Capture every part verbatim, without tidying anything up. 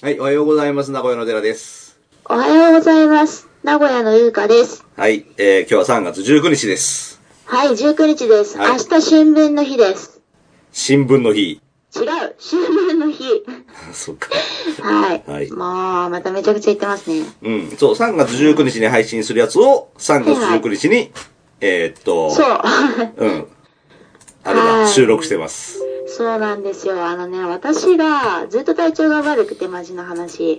はい、おはようございます。名古屋の寺です。 おはようございます。名古屋のゆうかです。 はい、えー、今日はさんがつじゅうくにちです。 はい、じゅうくにちです。はい、明日新聞の日です。 新聞の日。 違う、新聞の日。 そうか。 はい。はい。もう、まためちゃくちゃ言ってますね。 うん、そう、さんがつじゅうくにちに配信するやつを、さんがつじゅうくにちに、はいはい、えー、っと、 そう。 うん。あれだ、収録してます。 そうなんですよ。あのね、私がずっと体調が悪くて、マジな話。い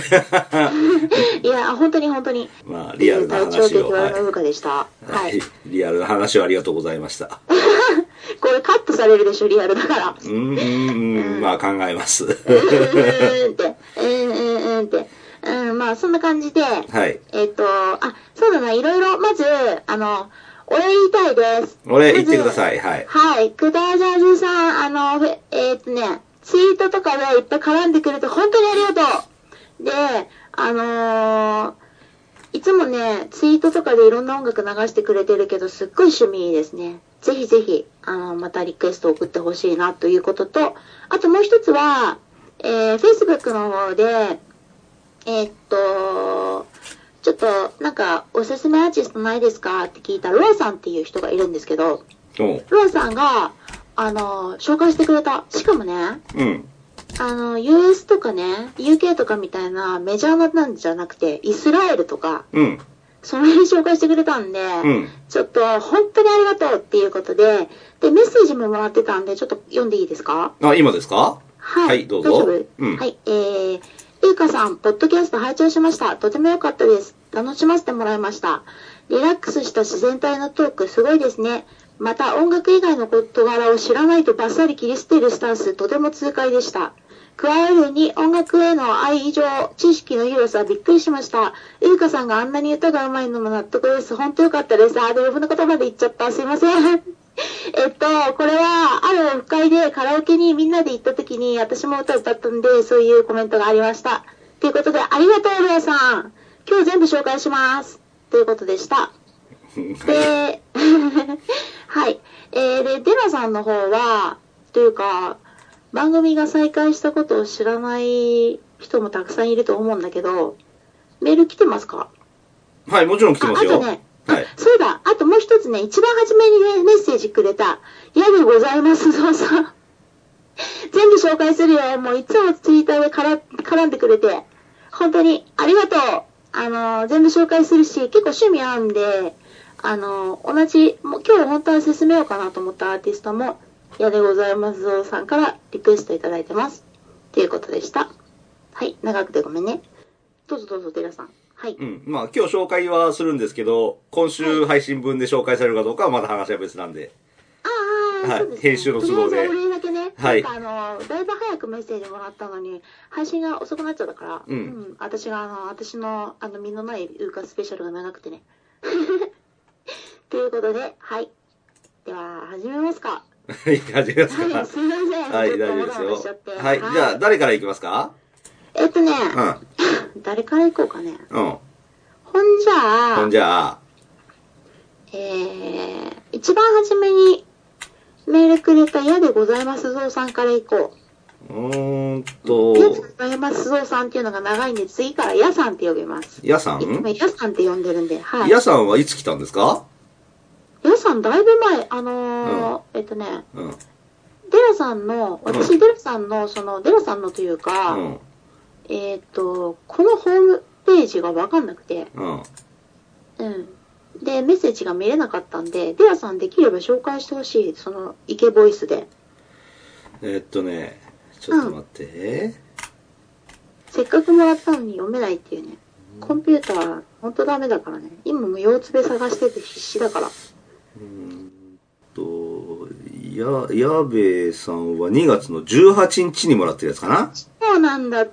や、本当に本当に。 まあ、リアルな話を。 体調的悪の部下でした。はい。 はい。リアルな話をありがとうございました。 これカットされるでしょ、リアルだから。 うーん、うん、まあ考えます。うーんって、うんうんうんって。うん、まあそんな感じで、はい。えっと、あ、そうだな、いろいろ、まず、あの、お礼言いたいです。 お礼言ってください。はい。 はい。クダジャズさん、あの、えー、っとね、ツイートとかでいっぱい絡んでくれて本当にありがとう。で、あのー、いつもね、ツイートとかでいろんな音楽流してくれてるけど、すっごい趣味ですね。ぜひぜひ、あの、またリクエストを送ってほしいなということと、あともう一つは、えー、Facebook の方で、えー、っと、ちょっと、なんか、おすすめアーティストないですかって聞いたロアさんっていう人がいるんですけど、ロアさんが、あの、紹介してくれた。しかもね、うん。あの、ユーエス とかね、ユーケー とかみたいなメジャーなんじゃなくて、イスラエルとか、うん。その辺紹介してくれたんで、うん。ちょっと、本当にありがとうっていうことで、で、メッセージももらってたんで、ちょっと読んでいいですか？ あ、今ですか？ はい。 はい、どうぞ。 大丈夫？うん。はい、えー、ゆうかさん、ポッドキャスト拝聴しました。とても良かったです。楽しませてもらいました。リラックスした自然体のトーク、すごいですね。また、音楽以外の事柄を知らないとバッサリ切り捨てるスタンス、とても痛快でした。加えるに、音楽への愛情、知識の広さ、びっくりしました。ゆうかさんがあんなに歌が上手いのも納得です。本当良かったです。あ、で、余分な言葉で言っちゃった。すいません。えっと、これは、あるオフ会でカラオケにみんなで行った時に、私も歌歌ったんで、そういうコメントがありました。ということで、ありがとう、レアさん。今日全部紹介します。ということでした。で、はい。えー、で、デラさんの方は、というか、番組が再開したことを知らない人もたくさんいると思うんだけど、メール来てますか？ はい、もちろん来てますよ。 あ、あとね、はい、そうだ、あともう一つね、一番初めにね、メッセージくれた、嫌でございますぞさん。全部紹介するよ。もういつもツイッターでから絡んでくれて、本当にありがとう。あの、全部紹介するし、結構趣味あるんで、あの、同じ、もう今日本当は進めようかなと思ったアーティストも、嫌でございますぞさんからリクエストいただいてます。ということでした。はい、長くてごめんね。どうぞどうぞ、寺さん。はい。 うん。まあ、今日紹介はするんですけど、今週配信分で紹介されるかどうかはまだ話は別なんで。 ああ、はい、そうですね。 編集の都合で。 とりあえずお礼だけね。 はい。 なんかあの、だいぶ早くメッセージもらったのに、配信が遅くなっちゃったから、うん。うん、私があの、私の、あの、身のないウーカスペシャルが長くてね。ということで、はい。では、始めますか。 はい、始めますか。 はい、すいません。 はい、大丈夫ですよ。はい、じゃあ、誰からいきますか？ えっとね、うん。誰からいこうかね。うん。ほんじゃあ、 ほんじゃあ、 えー、一番初めにメールくれた矢でございますぞうさんからいこう。 うーんと。 矢でございますぞうさんっていうのが長いんで、次から矢さんって呼びます。 矢さん？ 今矢さんって呼んでるんで、はい。 矢さんはいつ来たんですか？ 矢さんだいぶ前、あのー、うん、えっとね、うん、デラさんの、私、うん、デラさんの、その、デラさんのというか、うん、えっと、このホームページがわかんなくて、うん。うん。で、メッセージが見れなかったんで、デラさんできれば紹介してほしい、その、イケボイスで。 えー、っとね、ちょっと待って、うん。 せっかくもらったのに読めないっていうね。コンピューター、ほんとダメだからね。今も腰つべ探してて必死だから。 うーんと、や、やべえさんはにがつのじゅうはちにちにもらってるやつかな？ そうなんだって、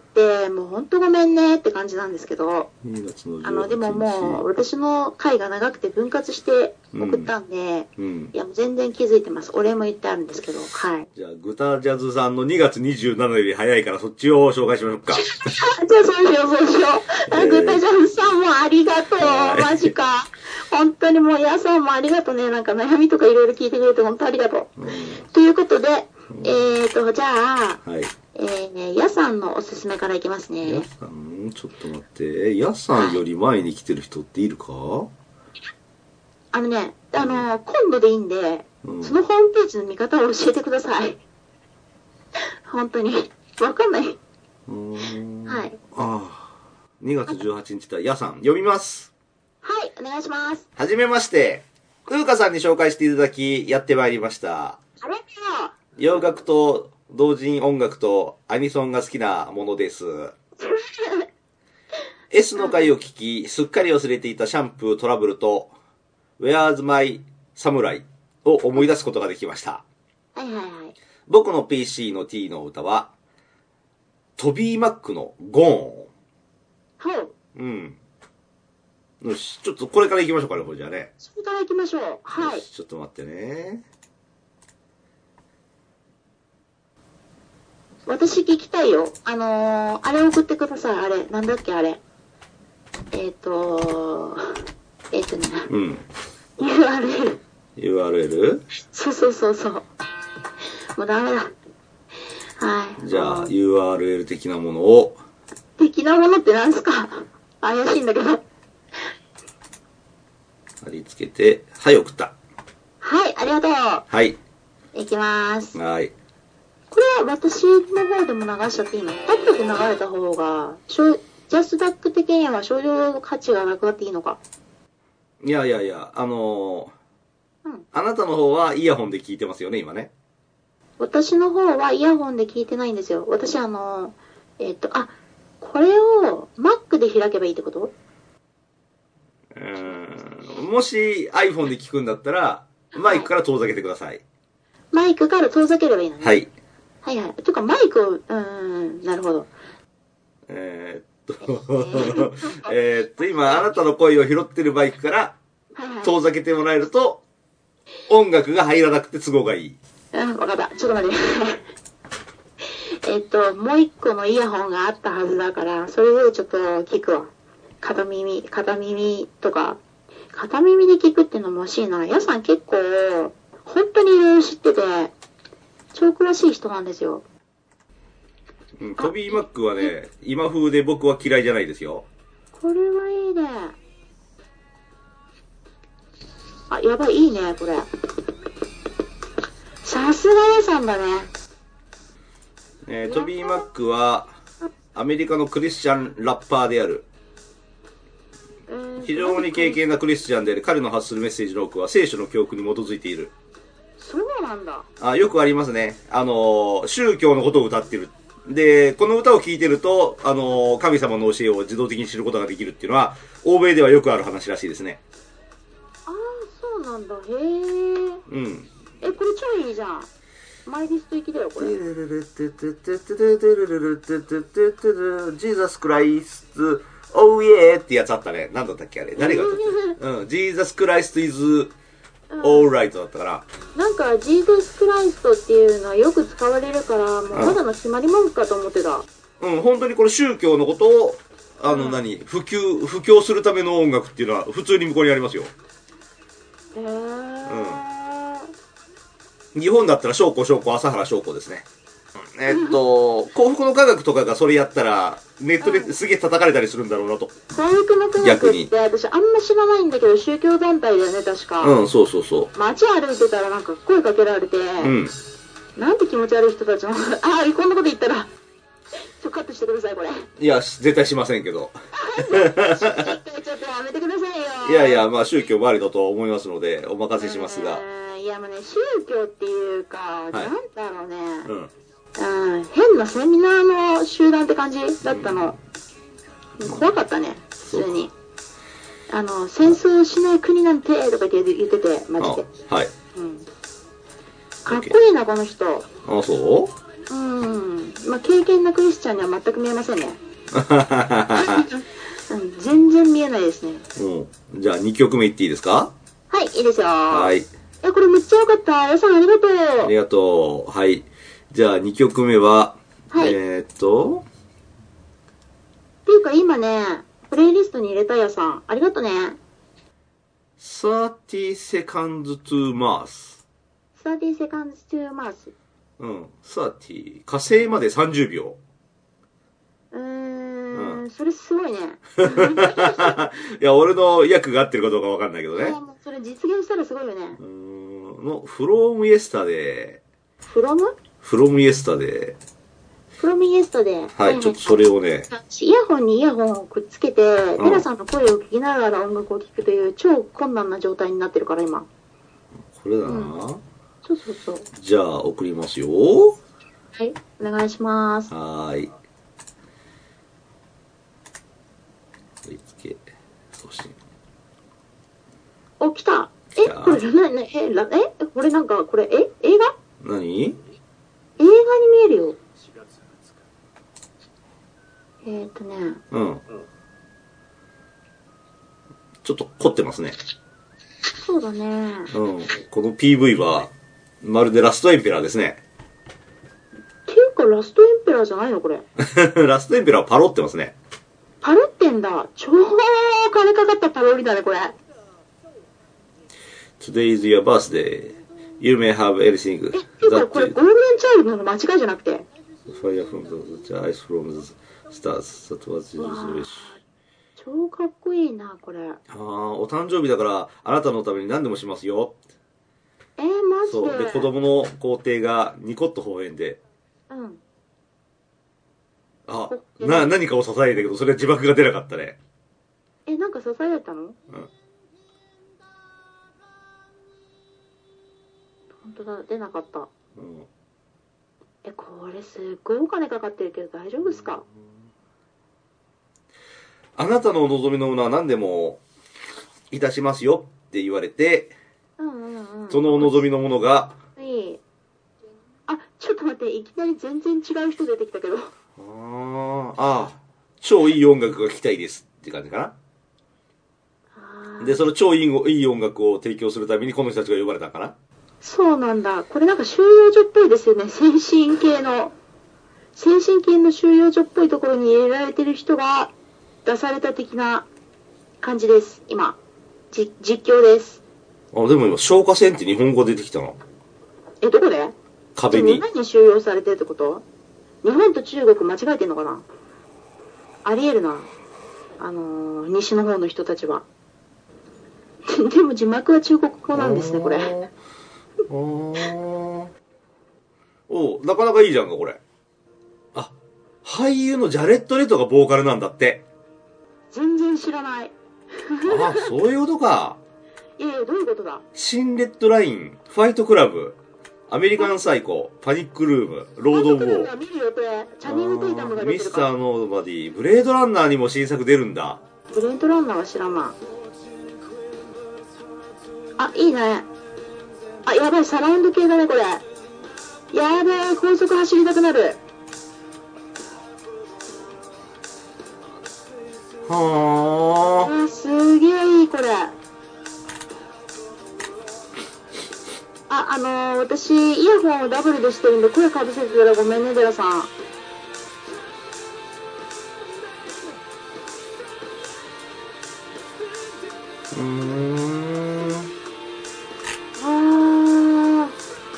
もうほんとごめんねって感じなんですけど、にがつのじゅうはちにちあの、でももう私の回が長くて分割して送ったんで、うんうん、いやもう全然気づいてます。お礼も言ってあるんですけど、はい。 じゃあ、グタジャズさんのにがつにじゅうしちより早いからそっちを紹介しましょうか。 じゃあそうしよう、そうしよう。えー、グタジャズさんもありがとう。マジか。本当にもう、やさんもありがとうね。なんか悩みとかいろいろ聞いてくれて本当ありがとう。うん、ということで、 えーと、じゃあ、 はい。 えー、ヤさんのおすすめからいきますね。 ヤさん、ちょっと待って。ヤさんより前に来てる人っているか？ あのね、あの、今度でいいんで、 うん、 そのホームページの見方を教えてください。本当に。わかんない。うーん。 はい。 ああ。にがつじゅうはちにちだ。ヤさん、読みます。 はい、お願いします。 はじめまして。風花さんに紹介していただき、やってまいりました。 ありがとう。 洋楽と同人音楽とアニソンが好きなものです。S の回を聞き、すっかり忘れていたシャンプートラブルと、Where's My Samurai を思い出すことができました。 はいはいはい。 僕の ピーシー の T の歌は、トビー・マックのゴーン。はい。 うん。よし、ちょっとこれから行きましょうかね、これじゃあね。 それから行きましょう。はい。 ちょっと待ってね。 私聞きたいよ。あのー、あれ送ってください。あれ。なんだっけ、あれ。えっ、ー、とえっ、ー、とね。 うん。 ユーアールエル。 ユーアールエル？ そうそうそうそう。もうダメだ。はい。 じゃあ、ユーアールエル 的なものを。 的なものって何すか？怪しいんだけど。 貼り付けて、はい、送った。 はい、ありがとう。 はい。 いきまーす。 はい。 これは私の方でも流しちゃっていいの？パッとで流れた方が、ジャスダック的には少量価値がなくなっていいのか？ いやいやいや、あのー、 うん。 あなたの方はイヤホンで聞いてますよね、今ね。 私の方はイヤホンで聞いてないんですよ。私あの、えっと、あ、これを Mac で開けばいいってこと？ うーん。もし iPhone で聞くんだったら、マイクから遠ざけてください。 マイクから遠ざければいいのね。 はい。 はいはい。というかマイクを、うーん、なるほど。 えー、っと、えーっと、今あなたの声を拾ってるマイクから遠ざけてもらえると、音楽が入らなくて都合がいい。 うん、わかった。ちょっと待って。えっと、もう一個のイヤホンがあったはずだから、それでちょっと聞くわ。片耳、片耳とか。片耳で聞くっていうのも欲しいな。やさん結構、本当にいろいろ知ってて、超詳しい人なんですよ。 うん、トビー・マックはね、今風で僕は嫌いじゃないですよ。 これはいいね。あ、やばい、いいね、これ。さすがやさんだね。 えー、トビー・マックは、アメリカのクリスチャンラッパーである。非常に敬虔なクリスチャンであり、彼の発するメッセージの多くは聖書の教訓に基づいている。 そうなんだ。 あ、よくありますね。あのー、宗教のことを歌ってる。で、この歌を聴いてると、あのー、神様の教えを自動的に知ることができるっていうのは、欧米ではよくある話らしいですね。 ああ、そうなんだ。へえ。 うん。 え、これ超いいじゃん。マイリスト行きだよ、これ。 Jesus Christ, oh yeah ってやつあったね。なんだったっけあれ。誰が歌ってる？うん。Jesus Christ is alright だったから。 なんか、ジーザスクライストっていうのはよく使われるから、もうただの決まり文句かと思ってた。 うん、本当にこれ宗教のことを、あの、うん、何、普及、布教するための音楽っていうのは普通に向こうにありますよ。 へー。 うん。日本だったら翔子翔子朝原翔子ですね。えっと、幸福の科学とかがそれやったら、ネットですげえ叩かれたりするんだろうなと。 幸福の科学って私あんま知らないんだけど、宗教団体だよね、確か。 うん、そうそうそう。 街歩いてたらなんか声かけられて、うん。なんて気持ち悪い人たちの、ああ、こんなこと言ったら、ちょ、カットしてください、これ。 いや、絶対しませんけど。 ちょっとやめてくださいよ。 いやいや、まあ宗教もありだと思いますので、お任せしますが。 いや、もうね、宗教っていうか、はい、なんだろうね。うん。うん、変なセミナーの集団って感じだったの。うん、怖かったね、普通に。あの、戦争しない国なんてとか言って言ってて、マジで。 はい。 うん。かっこいいな、この人。 あ、そううん。まあ、敬虔なクリスチャンには全く見えませんね。うん、全然見えないですね。 うん。じゃあにきょくめいっていいですか？ はい、いいですよ。 はい。 え、これむっちゃよかった。皆さんありがとう。 ありがとう。はい。じゃあにきょくめは、はい、えー、っと。 っていうか今ね、プレイリストに入れたやさん。ありがとね。 thirty seconds to Mars。 thirty seconds to Mars。 うん。さーてぃ、火星までさんじゅうびょうーん、 うん、 それすごいね。 いや、俺の訳が合ってるかどうかわかんないけどね。 いや、もうそれ実現したらすごいよね。 うーん、の、from yesterday。 フロム from yesterday。 フロムイエスタで。 はい、ちょっとそれをね。 イヤホンにイヤホンをくっつけて、うん、テラさんの声を聞きながら音楽を聴くという超困難な状態になってるから今。 これだな、うん、 そうそうそう。 じゃあ送りますよ。 はい、お願いします。 はーい。振り付け送信。 お、来た。え、これな、な、え、ら、え、これなんか、これ、え、映画？ 何？ 映画に見えるよ。えーとね。 うん。ちょっと凝ってますね。 そうだね。 うん。この ピーブイ は、まるでラストエンペラーですね。 っていうか、ラストエンペラーじゃないのこれ。 ラストエンペラーはパロってますね。 パロってんだ。超金かかったパロリだね、これ。 Today is your birthday. You may have anything. え、っていうか、これゴールデンチャイルドの間違いじゃなくて。 Fire from the ice from the stars. That was your wish. 超かっこいいな、これ。 ああ、お誕生日だから、あなたのために何でもしますよ。 えー、マジで。 そう。で、子供の皇帝がニコッと微笑んで。 うん。 あ、な、何かを支えたけど、それは字幕が出なかったね。 え、なんか支えたの？うん。本当だ、出なかった。うん。え、これすっごいお金かかってるけど大丈夫ですか？ あなたのお望みのものは何でもいたしますよって言われて、 うんうんうん、 そのお望みのものが、 いい。あ、ちょっと待って、いきなり全然違う人出てきたけど。 ああ、超いい音楽が聴きたいですって感じかな。で、その超いいいい音楽を提供するためにこの人たちが呼ばれたかな。 そうなんだ。これなんか収容所っぽいですよね。精神系の。精神系の収容所っぽいところに入れられてる人が出された的な感じです。今。じ、実況です。 あ、でも今、消火栓って日本語出てきたな。 え、どこで？ 壁に。 日本に収容されてるってこと？日本と中国間違えてんのかな？ありえるな。あのー、西の方の人たちは。でも字幕は中国語なんですね、これ。 おお、なかなかいいじゃんか、これ。あ、俳優のジャレット・レトがボーカルなんだって。 全然知らない。 あ、そういうことか。 いやいや、どういうことだ？ 新レッドライン、ファイトクラブ、アメリカンサイコ、パニックルーム、ロード・オブ・ウォー。 見る予定。チャニング・テイタムが出てるミスター・ノーバディ、ブレードランナーにも新作出るんだ。 ブレードランナーは知らんな。あ、いいね。あ、やばい、サラウンド系だね、これ。やべえ、高速走りたくなる。 はあ。すげえいい、これ。あ、あのー、私、イヤホンをダブルでしてるんで、声かぶせてたらごめんね、デラさん。 うーん。 あー。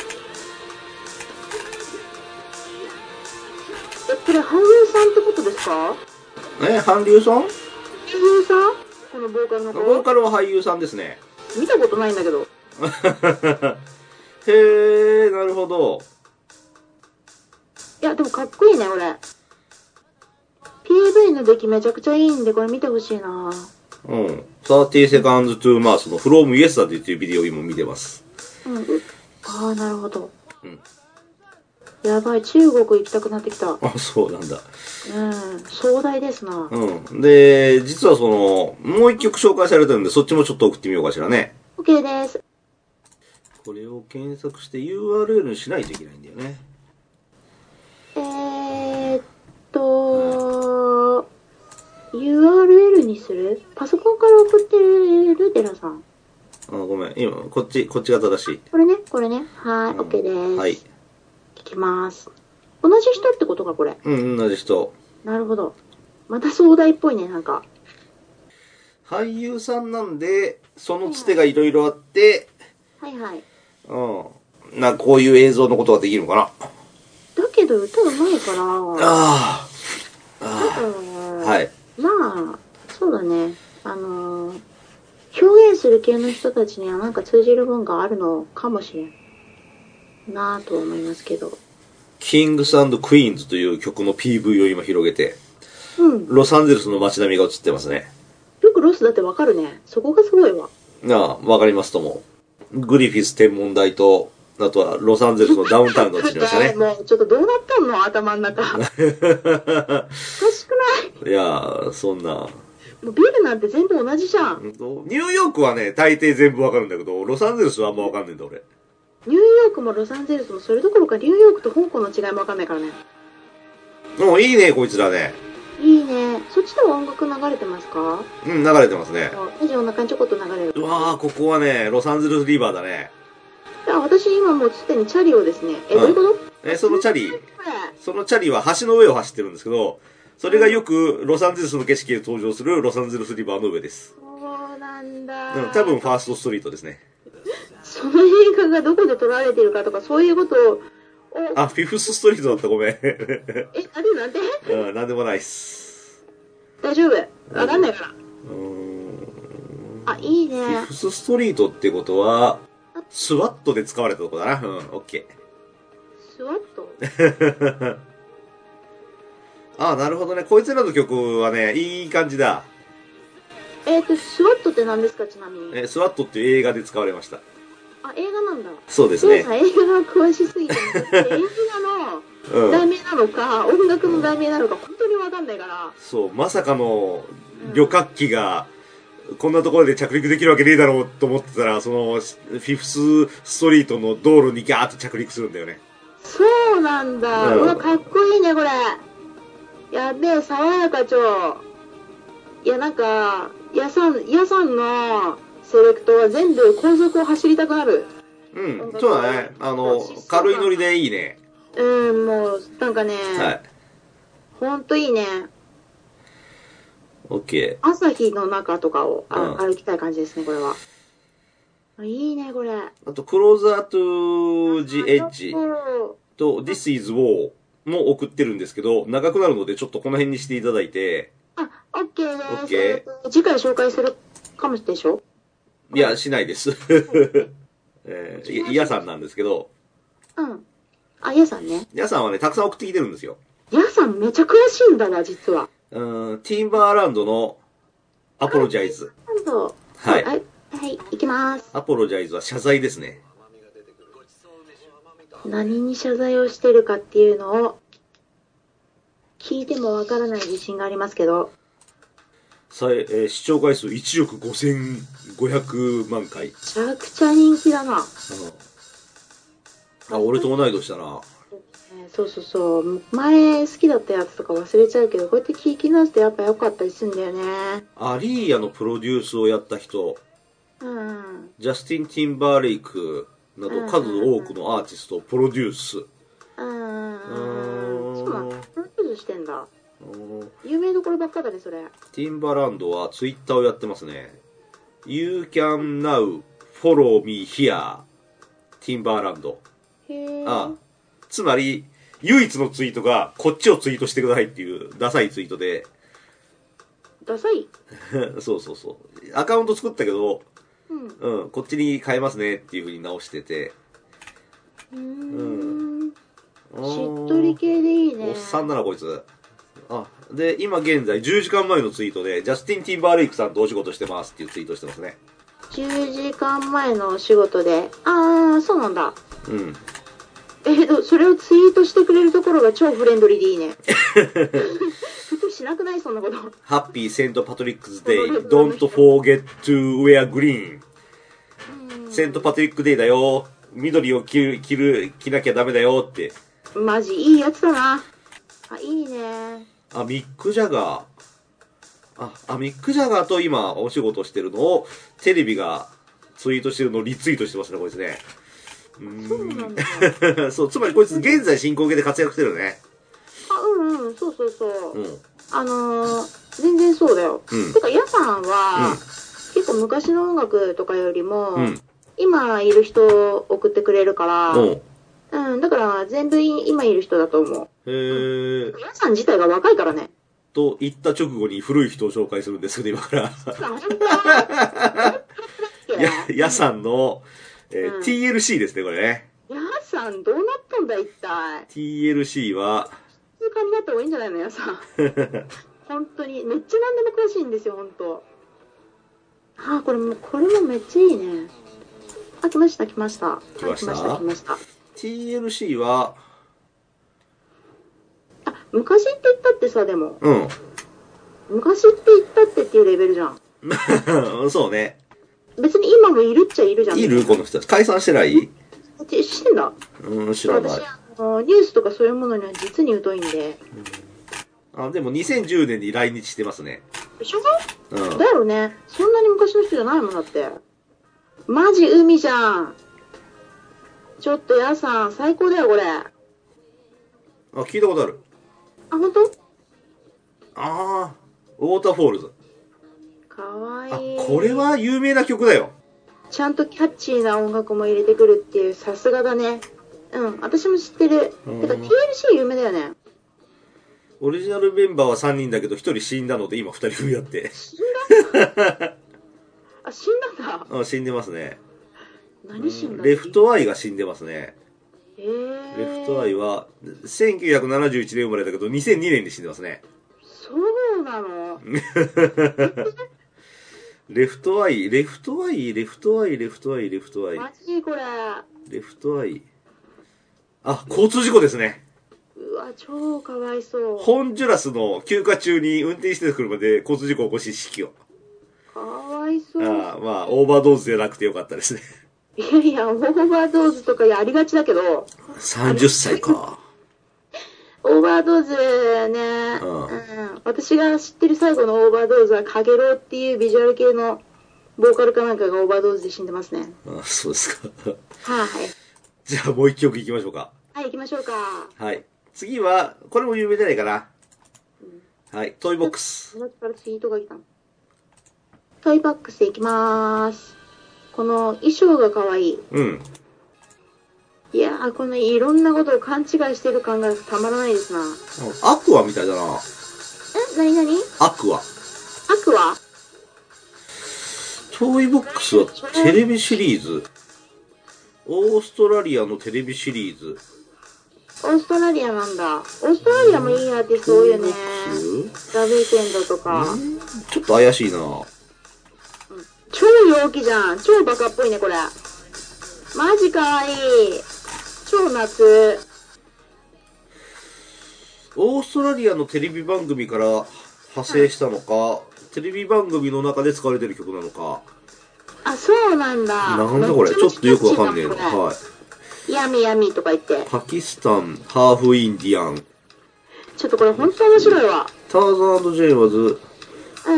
え、これ、俳優さんってことですか？ え、韓流さん？ 俳優さん？このボーカルの子？ ボーカルは俳優さんですね。 見たことないんだけど。 へえ、なるほど。 いや、でもかっこいいね、これ。ピーブイ の出来めちゃくちゃいいんで、これ見てほしいな。 うん。さんじゅう seconds to Mars の From Yesterday というビデオを今見てます。 うん。ああ、なるほど。 うん。 やばい、中国行きたくなってきた。 あ、そうなんだ。 うん。壮大ですな。 うん。で、実はその、もう一曲紹介されてるんで、そっちもちょっと送ってみようかしらね。 OK です。 これを検索して ユーアールエル にしないといけないんだよね。 えーっと、ユーアールエル にする？パソコンから送ってるデラさん。 あ、ごめん。今、こっち、こっちが正しい。 これね、これね。はい、 うん、 OK です。 はい。 聞きます。同じ人ってことか、これ。 うん、同じ人。 なるほど。また壮大っぽいね、なんか。 俳優さんなんで、そのつてがいろいろあって、 はいはい。 うん。 な、こういう映像のことができるのかな。 だけど歌うまいから、 ああ。ああ。はい。 まあ、そうだね。あのー、表現する系の人たちにはなんか通じる文があるのかもしれん。なぁと思いますけど。 キングス&クイーンズという曲の ピーブイ を今広げて、 うん。 ロサンゼルスの街並みが映ってますね。 よくロスだってわかるね。そこがすごいわ。 ああ、わかりますとも。グリフィス天文台と、あとはロサンゼルスのダウンタウンが映ってましたね。 もうちょっとどうなったの頭の中。おかしくないいやー、そんな。 もうビルなんて全部同じじゃん。 ニューヨークはね、大抵全部わかるんだけど、ロサンゼルスはあんまわかんねえんだ俺。 ニューヨークもロサンゼルスもそれどころかニューヨークと香港の違いもわかんないからね。 もういいね、こいつらね。 いいね。そっちでも音楽流れてますか？ うん、流れてますね。 ラジオの中にちょこっと流れる。 うわー、ここはね、ロサンゼルスリバーだね。 いや、私今もうすでにチャリをですね。え、どういうこと？ え、そのチャリ、そのチャリは橋の上を走ってるんですけど、それがよくロサンゼルスの景色で登場するロサンゼルスリバーの上です。 そうなんだ。 うん、多分ファーストストリートですね。 その映画がどこで撮られてるかとかそういうことを。 あ、フィフスストリートだった、ごめん。 え、あれなんで？ うん、なんでもないっす。 大丈夫。わかんないから。 うーん。 あ、いいね。 フィフスストリートってことは、スワットで使われたとこだな。うん、オッケー。スワットああ、なるほどね。こいつらの曲はね、いい感じだ。 えっと、スワットって何ですか、ちなみに。 え、スワットっていう映画で使われました。 あ、映画なんだ。 そうですね。 さ、映画が詳しすぎて、映画の題名なのか、うん、音楽の題名なのか、本当にわかんないから。 そう、まさかの旅客機が、こんなところで着陸できるわけねえだろうと思ってたら、その、フィフスストリートの道路にギャーッと着陸するんだよね。 そうなんだ。うん、うわ、かっこいいね、これ。やべえ、爽やかちょ。いや、なんか、やさん、やさんのセレクトは全部高速を走りたくなる。 うん、そうだね。あの、軽いノリでいいね。 うん、もう、なんかね、はい。ほんといいね。 オッケー。朝日の中とかを、うん、歩きたい感じですね、これは。いいね、これ。 あと、クローザートゥージエッジと This is War も送ってるんですけど、長くなるのでちょっとこの辺にしていただいて。 あ、オッケーです。 オッケー。次回紹介するかもでしょ？ いや、しないです。えー、いやさんなんですけど。 うん。あ、やさんね。 やさんはね、たくさん送ってきてるんですよ。 やさんめちゃ詳しいんだわ、実は。 うん、ティンバーランドのアポロジャイズ。 はい。はい、はい、行きます。 アポロジャイズは謝罪ですね。 何に謝罪をしてるかっていうのを聞いてもわからない自信がありますけど。 さえー、視聴回数いちおくごせんごひゃくまんかい。めちゃくちゃ人気だな。 あ、俺と同い年だな。 そうそうそう。前好きだったやつとか忘れちゃうけど、こうやって聞き直すとやっぱ良かったりするんだよね。 アリーヤのプロデュースをやった人、 うん、 ジャスティン・ティンバーレイクなど数多くのアーティストをプロデュース。 うん。そうなんだ。プロデュースしてんだ。有名どころばっかだね、それ。 ティンバランドはツイッターをやってますね。You can now follow me here. ティンバーランド。 へー。 ああ、つまり、唯一のツイートが、こっちをツイートしてくださいっていうダサいツイートで。 ダサいそうそうそう。アカウント作ったけど、 うん、 うん、こっちに変えますねっていう風に直してて。 うーん。うん、しっとり系でいいね。 おっさんだな、こいつ。あ、で、今現在じゅうじかんまえのツイートで、ジャスティン・ティンバーレイクさんとお仕事してますっていうツイートしてますね。 じゅうじかんまえのお仕事で。あー、そうなんだ。 うん。 えーと、それをツイートしてくれるところが超フレンドリーでいいね。普通しなくないそんなこと。 ハッピーセントパトリックズデイ。Don't forget to wear green。セントパトリックデイだよ。緑を着る、着る、着なきゃダメだよって。 マジいいやつだな。あ、いいね。 あ、ミック・ジャガー。あ、あ、ミック・ジャガーと今お仕事してるのを、テレビがツイートしてるのをリツイートしてますね、こいつね。 うーん。そうなんだ。 そう、つまりこいつ現在進行形で活躍してるね。 あ、うんうん、そうそうそう。 うん。 あのー、全然そうだよ。うん。てか、ヤさんは、うん、結構昔の音楽とかよりも、うん、 今いる人を送ってくれるから、 うん。 うん、だから全部今いる人だと思う。 へー。 皆さん自体が若いからね。 と言った直後に古い人を紹介するんですけど、今から。 本当や、やさんの、えーうん、 ティーエルシー ですね、これね。 やさんどうなったんだ、一体。 ティーエルシー は、 通過になった方がいいんじゃないの、やさん。本当に。めっちゃ何でも詳しいんですよ、本当。あ、これも、これもめっちゃいいね。あ、来ました、来ました。 来ました、 はい、来ました、来ました。 ティーエルシー は、 あ、昔って言ったってさ、でも。 うん。 昔って言ったってっていうレベルじゃん。 そうね。 別に今もいるっちゃいるじゃん。 いるこの人たち。解散してない？ してんだ。 うん、知らない。 私、あの、ニュースとかそういうものには実に疎いんで。 うん、あ、でもにせんじゅうねんに来日してますね。 でしょ？ うん。 だよね。そんなに昔の人じゃないもんだって。マジ海じゃん。ちょっとやさん、最高だよ、これ。あ、 聞いたことある。 ほんと？ ああ、ウォーターフォールズ。 かわいい。 あ、これは有名な曲だよ。 ちゃんとキャッチーな音楽も入れてくるっていう、さすがだね。うん、私も知ってる。てか ティーエルシー 有名だよね。 オリジナルメンバーはさんにんだけどひとり死んだので今ふたり組やって。 死んだあ、死んだんだ。 あ、死んでますね。 何死んだ？ レフトアイが死んでますね。 へー。 レフトアイはせんきゅうひゃくななじゅういちねん生まれだけどにせんにねんに死んでますね。 そうなの？ レフトアイ、レフトアイ、レフトアイ、レフトアイ、レフトアイ。 マジこれ。 レフトアイ。あ、交通事故ですね。 うわ、超かわいそう。 ホンジュラスの休暇中に運転してた車で交通事故を起こし死去。 かわいそう。 ああ、まあ、オーバードーズじゃなくてよかったですね。 いやいや、オーバードーズとかやりがちだけど。 さんじゅっさいか。 オーバードーズね、 うんうん、私が知ってる最後のオーバードーズはカゲロウっていうビジュアル系のボーカルかなんかがオーバードーズで死んでますね。 あ、そうですか。 はい、 じゃあもう一曲いきましょうか。 はい、行きましょうか。 はい。次は、これも有名じゃないかな。うん、はい。トイボックス。 こからツイートが来たの。トイボックス行きまーす。この衣装が可愛い。 うん。 いやー、このいろんなことを勘違いしてる感がたまらないですな。 アクアみたいだな。 え、なになに？ アクア。 アクア？ トイボックスはテレビシリーズ。オーストラリアのテレビシリーズ。 オーストラリアなんだ。オーストラリアもいいアーティスト多いよね。ザ・ウィークエンドとか。 ちょっと怪しいな。 超陽気じゃん。超バカっぽいね、これ。マジかわいい。超夏。 オーストラリアのテレビ番組から派生したのか、テレビ番組の中で使われてる曲なのか。 あ、そうなんだ。 なんだこれ、ちょっとよくわかんねえな。はい。 ヤミヤミとか言って。 パキスタン、ハーフインディアン。 ちょっとこれ本当面白いわ。 ターザン&ジェイワズ。 うん。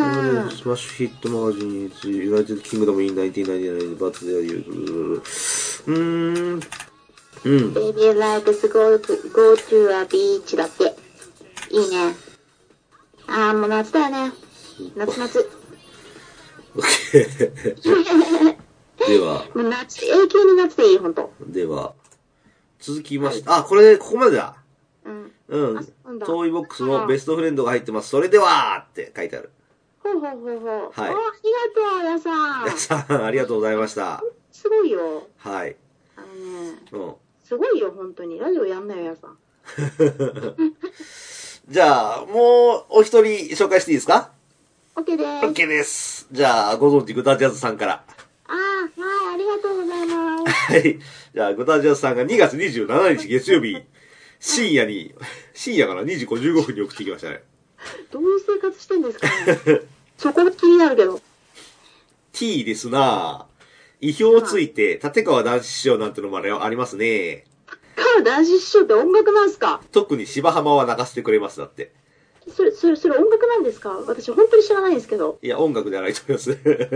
スマッシュヒットマガジン、ユナイテッドキングダムインナインティナインティナイン、バツデアユー。うーん。うん。 Baby likes go to, go to a beach だって。いいね。あーもう夏だよね。夏夏。 オッケー。では。 もう夏、永久に夏でいい、ほんと。 では、続きまして、はい、あ、これ、ここまでだ。 うん。 うん。トイボックスのベストフレンドが入ってます。それではって書いてある。 ほうほうほうほう。 はい。 ありがとう、やさん。 やさん、ありがとうございました。 すごいよ。 はい。 あのね、 うん。 すごいよ、本当に。ラジオやんなよ、やさん。 じゃあ、もうお一人紹介していいですか？ OK です。 OK です。じゃあ、ご存知、グタジャズさんから。 ああ、はい、ありがとうございます。 はい。じゃあ、グタジャズさんがにがつにじゅうしちにち月曜日、深夜に、深夜からにじごじゅうごふんに送ってきましたね。 どういう生活してんですかね。そこが気になるけど。 T ですなぁ。意表ついて、立川談志師匠なんてのもありますね。 立川談志師匠って音楽なんすか？ 特に芝浜は流してくれます、だって。 それ、それ、それ音楽なんですか？私本当に知らないんですけど。 いや、音楽ではないと思います。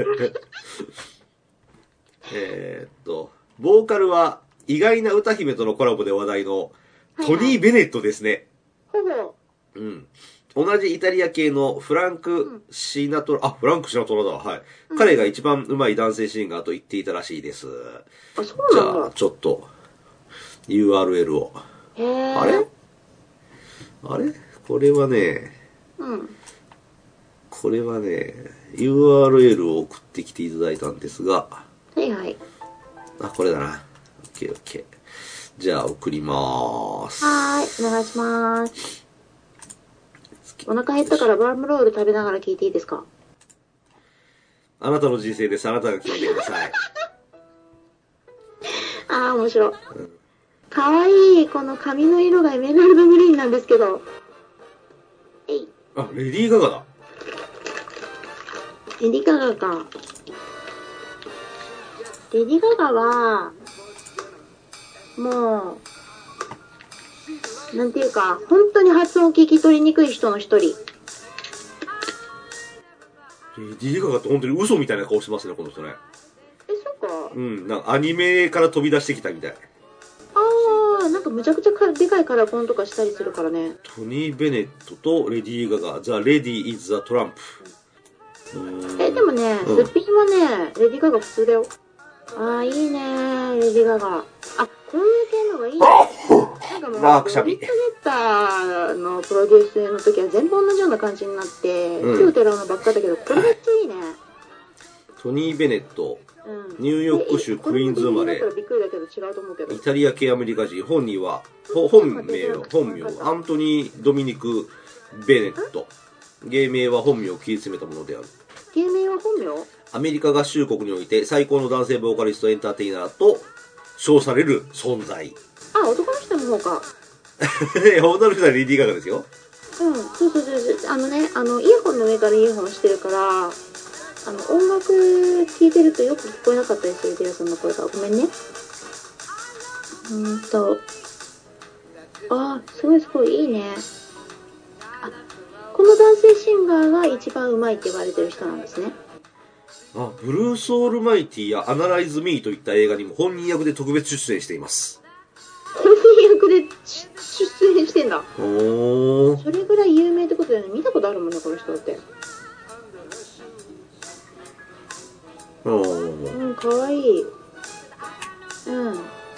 えっと、ボーカルは意外な歌姫とのコラボで話題のトニー・ベネットですね。 ほぼ。 うん。 同じイタリア系のフランク・シナトラ、あ、フランク・シナトラだ。はい。彼が一番上手い男性シンガーと言っていたらしいです。 あ、そうじなんだ。 ゃあ、ちょっと、ユーアールエル を。 へー。 あれあれこれはね、 うん。 これはね、ユーアールエル を送ってきていただいたんですが、 はいはい。 あ、これだな。オッケーオッケー。じゃあ、送りまーす。 はーい、お願いします。お腹減ったからバームロール食べながら聞いていいですか？ あなたの人生です。あなたが決めてください。 あー、面白い。かわいい。この髪の色がエメラルドグリーンなんですけど。えい。 あ、レディー・ガガだ。 レディガガか。レディガガは、もう、なんていうか、本当に発音聞き取りにくい人の一人。 レディー・ガガって本当に嘘みたいな顔してますね、この人ね。 え、そうか。 うん、なんかアニメから飛び出してきたみたい。 あー、なんかむちゃくちゃかでかいカラコンとかしたりするからね。 トニー・ベネットとレディー・ガガ、ザ・レディー・イズ・ザ・トランプ。 え、でもね、すっぴんはね、レディガガ普通だよ。あー、いいねレディガガ。あ、こういう系のがいいね。なんかもう、 あーくしゃみボリットゲッターのプロデュースの時は全部同じような感じになって、 うん手をてらうのばっかだけど、これめっちゃいいね。 トニー・ベネット、 うん。 ニューヨーク州クイーンズ生まれこれもだったらびっくりだけど違うと思うけど。 イタリア系アメリカ人、本人は、ほ本名は、本名、アントニー・ドミニク・ベネット。芸名は本名を切り詰めたものである。 芸名は本名？ アメリカ合衆国において最高の男性ボーカリストエンターテイナーと称される存在。 あ、男の人の方か。 女の人はレディー・ガガですよ。 うん、そうそうそうそう。あのね、あの、イヤホンの上からイヤホンしてるから、あの、音楽聴いてるとよく聞こえなかったりするディラさんの声が。ごめんね。うーんと。あー、すごいすごい、いいね。あ、この男性シンガーが一番うまいって言われてる人なんですね。 あ、ブルース・オールマイティやアナライズ・ミーといった映画にも本人役で特別出演しています。 本人役で出演してんだ。 おー。 それぐらい有名ってことだよね。見たことあるもんね、この人って。 おー。 うん、かわいい。うん。い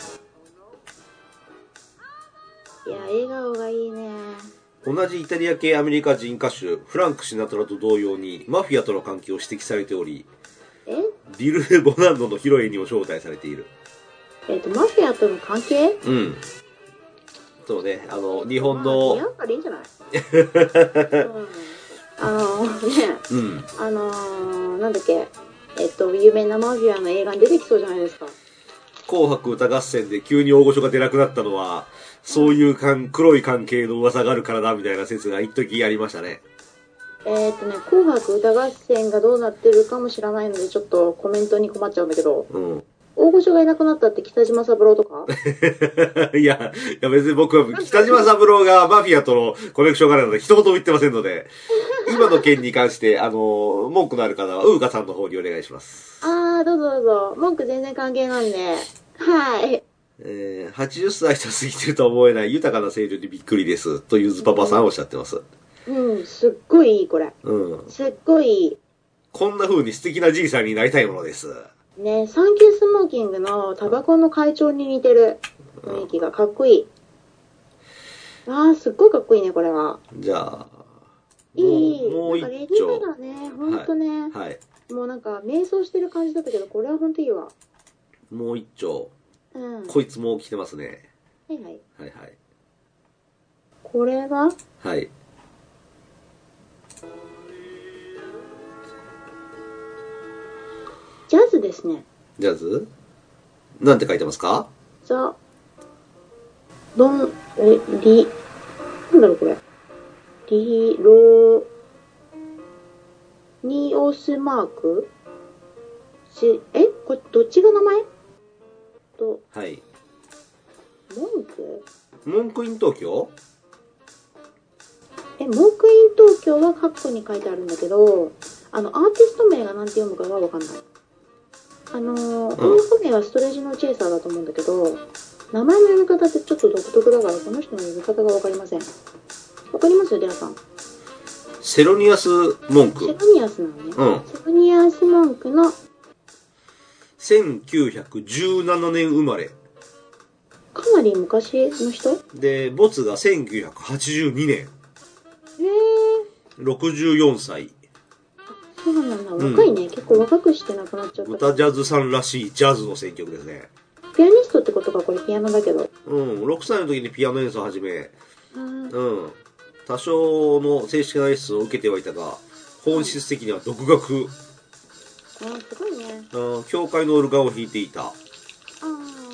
や、笑顔がいいね。 同じイタリア系アメリカ人歌手フランク・シナトラと同様にマフィアとの関係を指摘されており、 えビル・ボナンドの披露宴にも招待されている。 えっと、マフィアとの関係？ うん。そうね、あの、日本まあ、 の似、合うからいいんじゃない？うん、あのね、 うん。 あのー、なんだっけ、えっと、有名なマフィアの映画に出てきそうじゃないですか。 紅白歌合戦で急に大御所が出なくなったのは、そういうかん黒い関係の噂があるからだみたいな説が一時ありましたね。 えっとね、紅白歌合戦がどうなってるかも知らないので、ちょっとコメントに困っちゃうんだけど、 うん。 大御所がいなくなったって北島三郎とかいや、いや別に僕は北島三郎がマフィアとのコネクションがあるので一言も言ってませんので、今の件に関して、あの、文句のある方は、ウーカさんの方にお願いします。 あー、どうぞどうぞ。文句全然関係ないんで。はい。 えー、はちじゅっさいと過ぎてるとは思えない豊かな成長にびっくりです。とゆずパパさんおっしゃってます。 うん、すっごいいい、これ。 うん。 すっごいいい。 こんな風に素敵なじいさんになりたいものです。 ね、サンキュースモーキングのタバコの会長に似てる雰囲気がかっこいい。あー、すっごいかっこいいね、これは。 じゃあ、 いい。 もうなんかレ一丁。 ディーガガね、ほんとね、 はい。 もうなんか瞑想してる感じだったけど、これはほんといいわ。 もう一丁。 うん。 こいつも来てますね。 はいはい。 はいはい。 これははい。 ジャズですね。 ジャズなんて書いてますか？ ザ、ドン、え、リ、なんだろうこれ。リ、ロ、ニオスマークし、えこれどっちが名前と、 はい。 文句モンクイン東京？ え、モークイン東京はカッコに書いてあるんだけど、あの、アーティスト名がなんて読むかがわかんない。あのー、音楽名はストレージのチェイサーだと思うんだけど、名前の読み方ってちょっと独特だから、この人の読み方がわかりません。わかりますよ、デラさん。 セロニアス文句。 セロニアスなのね。 うん。 セロニアス文句のせんきゅうひゃくじゅうななねん生まれ。 かなり昔の人で、没がせんきゅうひゃくはちじゅうにねん。 へえ。 ろくじゅうよんさい。 そうなんだ。若いね。うん、結構若くして亡くなっちゃった。 歌ジャズさんらしいジャズの選曲ですね。 ピアニストってことか、これピアノだけど。 うん。ろくさいの時にピアノ演奏を始め、 うん。 うん。多少の正式なレッスンを受けてはいたが、本質的には独学。うん、 ああ、すごいね。 うん。教会のオルガンを弾いていた。 ああ。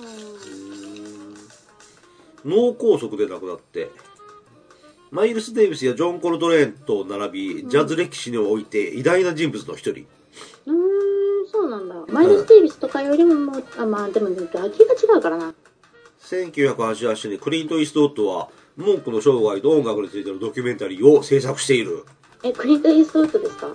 脳梗塞で亡くなって、マイルス・デイビスやジョン・コルトレーンと並び、ジャズ歴史において偉大な人物の一人。 うーん、そうなんだ。マイルス・デイビスとかよりももう、あ、まあでも、楽器が違うからな。 せんきゅうひゃくはちじゅうはちねんにクリント・イーストウッドは、モンクの生涯と音楽についてのドキュメンタリーを制作している。 え、クリント・イーストウッドですか？ うん。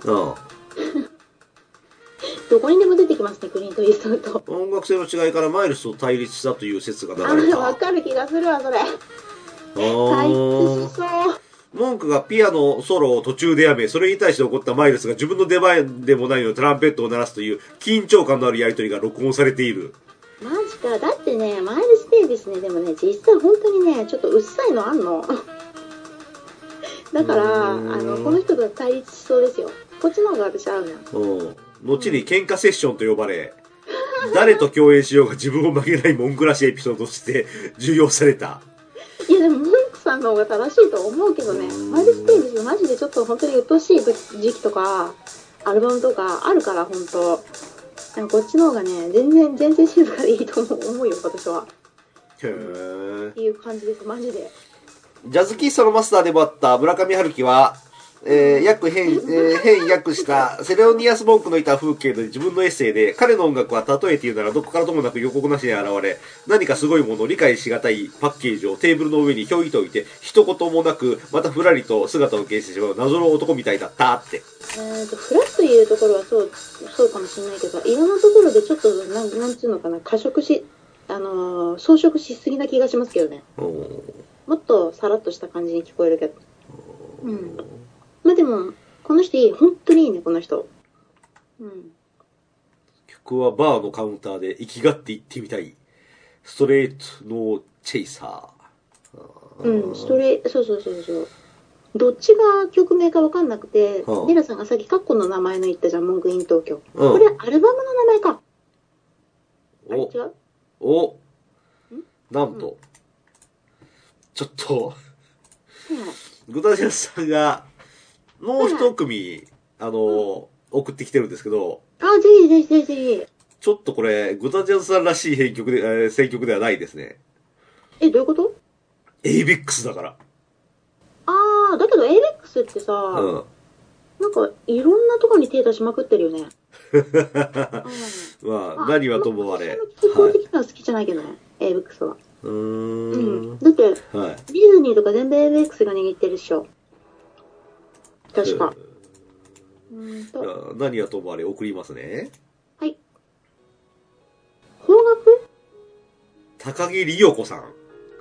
どこにでも出てきますね、クリント・イーストウッド。 音楽性の違いからマイルスと対立したという説が流れた。 あ、わかる気がするわ、それ。対立しそう。 モンクがピアノソロを途中でやめ、それに対して起こったマイルスが自分の出番でもないのにトランペットを鳴らすという緊張感のあるやりとりが録音されている。 マジか。だってね、マイルス・デイビスね、でもね、実際本当にね、ちょっとうっさいのあんの。だから、あの、この人と対立しそうですよ。こっちの方が私合うのよ。 うん。後に喧嘩セッションと呼ばれ、誰と共演しようが自分を曲げない文句らしいエピソードとして重要された。 いやでも、モンクさんの方が正しいと思うけどね。マイルス・デイビスマジでちょっと本当に鬱陶しい時期とか、アルバムとかあるから、本当。なんかこっちの方がね、全然、全然静かでいいと思うよ、私は。 へー。 っていう感じです、マジで。 ジャズ喫茶のマスターでもあった村上春樹は、えー、訳変、えー、変訳したセレオニアス・モンクのいた風景で自分のエッセイで、彼の音楽は例えて言うならどこからともなく予告なしに現れ、何かすごいものを理解しがたいパッケージをテーブルの上にひょいと置いて、一言もなく、またふらりと姿を消してしまう謎の男みたいだったって。 えーと、フラッというところはそう、そうかもしれないけど、いろんなところでちょっと、なん、なんつうのかな、過食し、あのー、装飾しすぎな気がしますけどね。もっとさらっとした感じに聞こえるけど。うん。まあでも、この人いい。本当にいいね、この人。うん。 曲はバーのカウンターで生きがって行ってみたい。ストレートノーチェイサー。うん、ストレート、そうそうそうそう。どっちが曲名か分かんなくて、はあ、デラさんがさっきカッコの名前の言ったじゃん、モンクイン東京。うん、これアルバムの名前か。あれ違う？ おなんと、うん、ちょっと、グタジャスさんが、もう一組、はい、あの、うん、送ってきてるんですけど、 あ、ぜひぜひぜひぜひ。 ちょっとこれ、グタジャスさんらしい編曲で、えー、選曲ではないですね。 え、どういうこと？ エイベックスだから。 あー、だけどエイベックスってさ、うん、なんか、いろんなとこに手出しまくってるよね。 うん、まあ、何はともあれ。 基本的には好きじゃないけどね、エイベックスは。 うーん。 うん。だって、はい、ディズニーとか全部エイベックスが握ってるっしょ。確か。 うんと。何はともあれ送りますね。 はい。邦楽？ 高木里代子さん。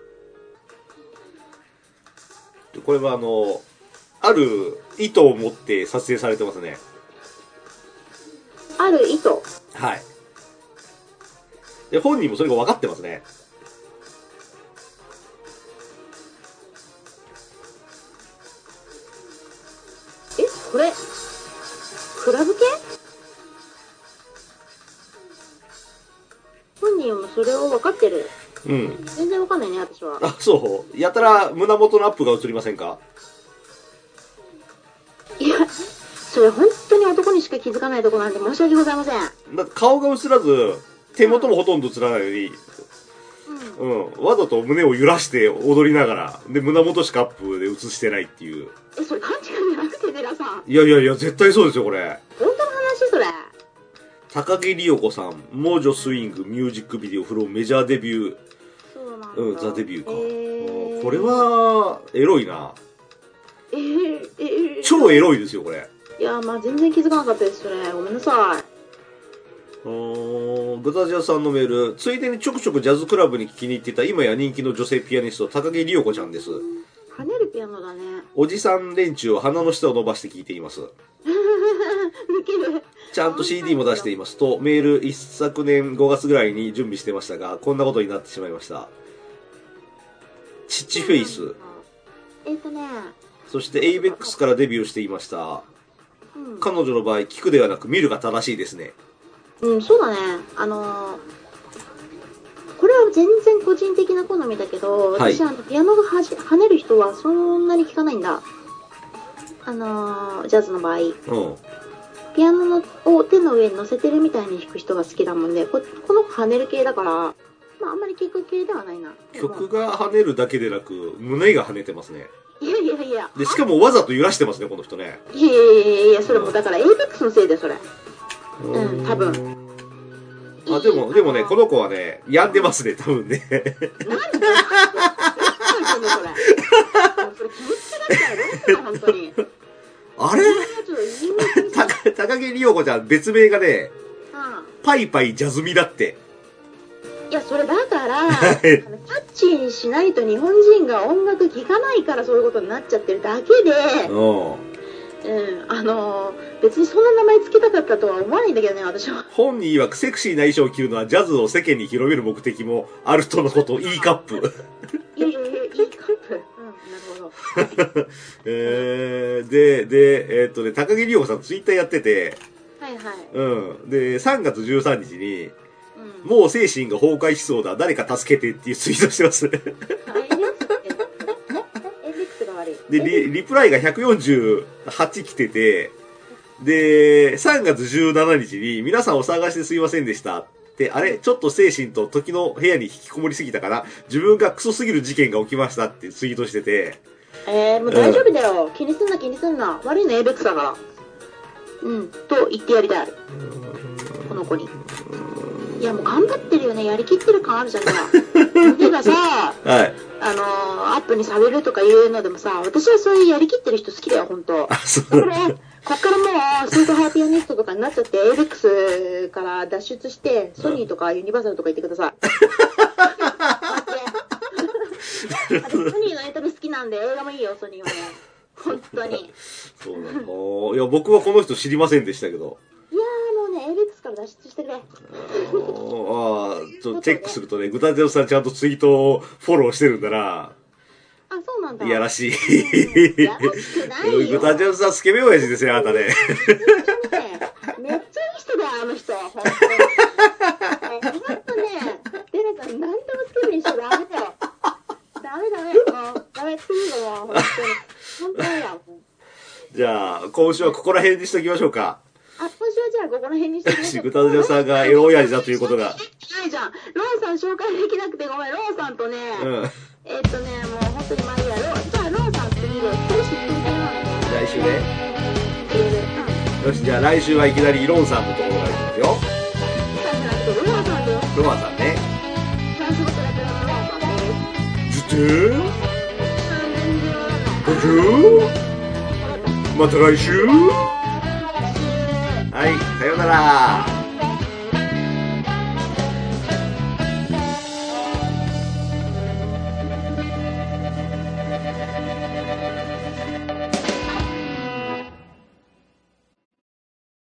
これはあの、ある意図を持って撮影されてますね。 ある意図？ はい。で、本人もそれが分かってますね。 え、これ、クラブ系？本人もそれを分かってる。 うん。 全然分かんないね、私は。 あ、そう。やたら胸元のアップが映りませんか？ いや、それ本当に男にしか気づかないとこなんで申し訳ございません。 だって顔が映らず、手元もほとんど映らないのに、うん、うん、わざと胸を揺らして踊りながら、で、胸元しかアップで映してないっていう。 え、それ勘違いじゃなくて、デラさん。 いやいやいや、絶対そうですよ、これ。 本当の話、それ。 高木里代子さん、モージョスイングミュージックビデオフローメジャーデビュー。 そうなんだ。 うん、ザデビューか。えー、これは、エロいな。 えー、えー、 超エロいですよ、これ。 いや、まあ全然気づかなかったです、それ。ごめんなさい。 うーん、グタジャさんのメール、ついでにちょくちょくジャズクラブに聞きに行ってた今や人気の女性ピアニスト、高木里代子ちゃんです。 跳ねるピアノだね。 おじさん連中は鼻の下を伸ばして聞いています。 ウケる。 ちゃんと シーディー も出していますと、メール一昨年ごがつぐらいに準備してましたが、こんなことになってしまいました。チッチフェイス。 えっとね。 そして エイベックス からデビューしていました。 うん、 彼女の場合、聞くではなく見るが正しいですね。 うん、そうだね。あのー、これは全然個人的な好みだけど、 はい、 私あのピアノがはじ跳ねる人はそんなに聞かないんだ。あのー、ジャズの場合。うん。ピアノのを手の上に乗せてるみたいに弾く人が好きだもんで、こ, この子跳ねる系だから、まああんまり聞く系ではないな。 曲が跳ねるだけでなく、胸が跳ねてますね。 いやいやいや。 で、しかもわざと揺らしてますね、この人ね。 いやいやいやいや、それもだから エイベックス のせいで、それ。うん、多分。 あ、でも、でもね、この子はね、病んでますね、多分ね。なんでだよ。何言ってんの、それ。それ、気持ちだったらどうするの、本当に。 あれ高木里代子ちゃん、別名がね、 はあ、 パイパイジャズミだって。いや、それだから、キャッチーにしないと日本人が音楽聴かないからそういうことになっちゃってるだけで、うん、あのー、別にそんな名前つけたかったとは思わないんだけどね、私は。 本人曰くセクシーな衣装を着るのはジャズを世間に広める目的もあるとのこと、E カップ。 いやいやいや、E カップ。うん、なるほど。 えー、で、で、えー、っとね、高木里代子さんツイッターやってて、 はいはい。 うん。で、さんがつじゅうさんにちに、うん、もう精神が崩壊しそうだ、誰か助けてっていうツイートしてます。でリ、リプライがひゃくよんじゅうはち来てて、で、さんがつじゅうしちにちに、皆さんお探しですいませんでした。で、あれ、ちょっと精神と時の部屋に引きこもりすぎたから、自分がクソすぎる事件が起きましたってツイートしてて。 えー、もう大丈夫だよ。うん、気にすんな気にすんな。悪いのエイベックスだから。うん、と言ってやりたい。この子に。いや、もう頑張ってるよね。やりきってる感あるじゃんか。腕がさ、はい。あのー、アップにされるとかいうのでもさ、私はそういうやりきってる人好きだよ、ほんと。あ、そう。だから、こっからもう、スーパーハーピアニストとかになっちゃって、エイベックスから脱出して、ソニーとかユニバーサルとか行ってください。私、ソニーのエンタメ好きなんで、映画もいいよ、ソニーはね。本当に。 そうなの。いや、僕はこの人知りませんでしたけど。 いやーもうね、エイベックスから脱出してくれ。ああ、 ちょっとチェックするとね、グタジェオさんちゃんとツイートをフォローしてるんだな。 あ、そうなんだ。 いやらしい。 いやらしくないよ。 グタジェオさんスケベ親父ですよ、あなたね。 めっちゃいい人だよ、あの人。ほんとに。ほんとね、デラさん何でもスケベにしちゃダメだよ。ダメダメ。もう、ダメすぎるわ、ほんとに。ほんとや。 じゃあ、今週はここら辺にしときましょうか。 あ、今週はじゃあここら辺にしてみましょう。 グタジェオさんがエロ親父だということが。 ないじゃん。ローさん紹介できなくてごめん。ローさんとね、うん、えっとね、もう本当にまあいいや。ロー、じゃあローさん次で、少し聞いてもらって。 来週ね。よし、じゃあ来週はいきなりロンさんのところからいきますよ。 ローさんです。 ローさんね。 フランス語ペラペラのローさんです。 ジュテーボンジューまた来週はい、さようなら。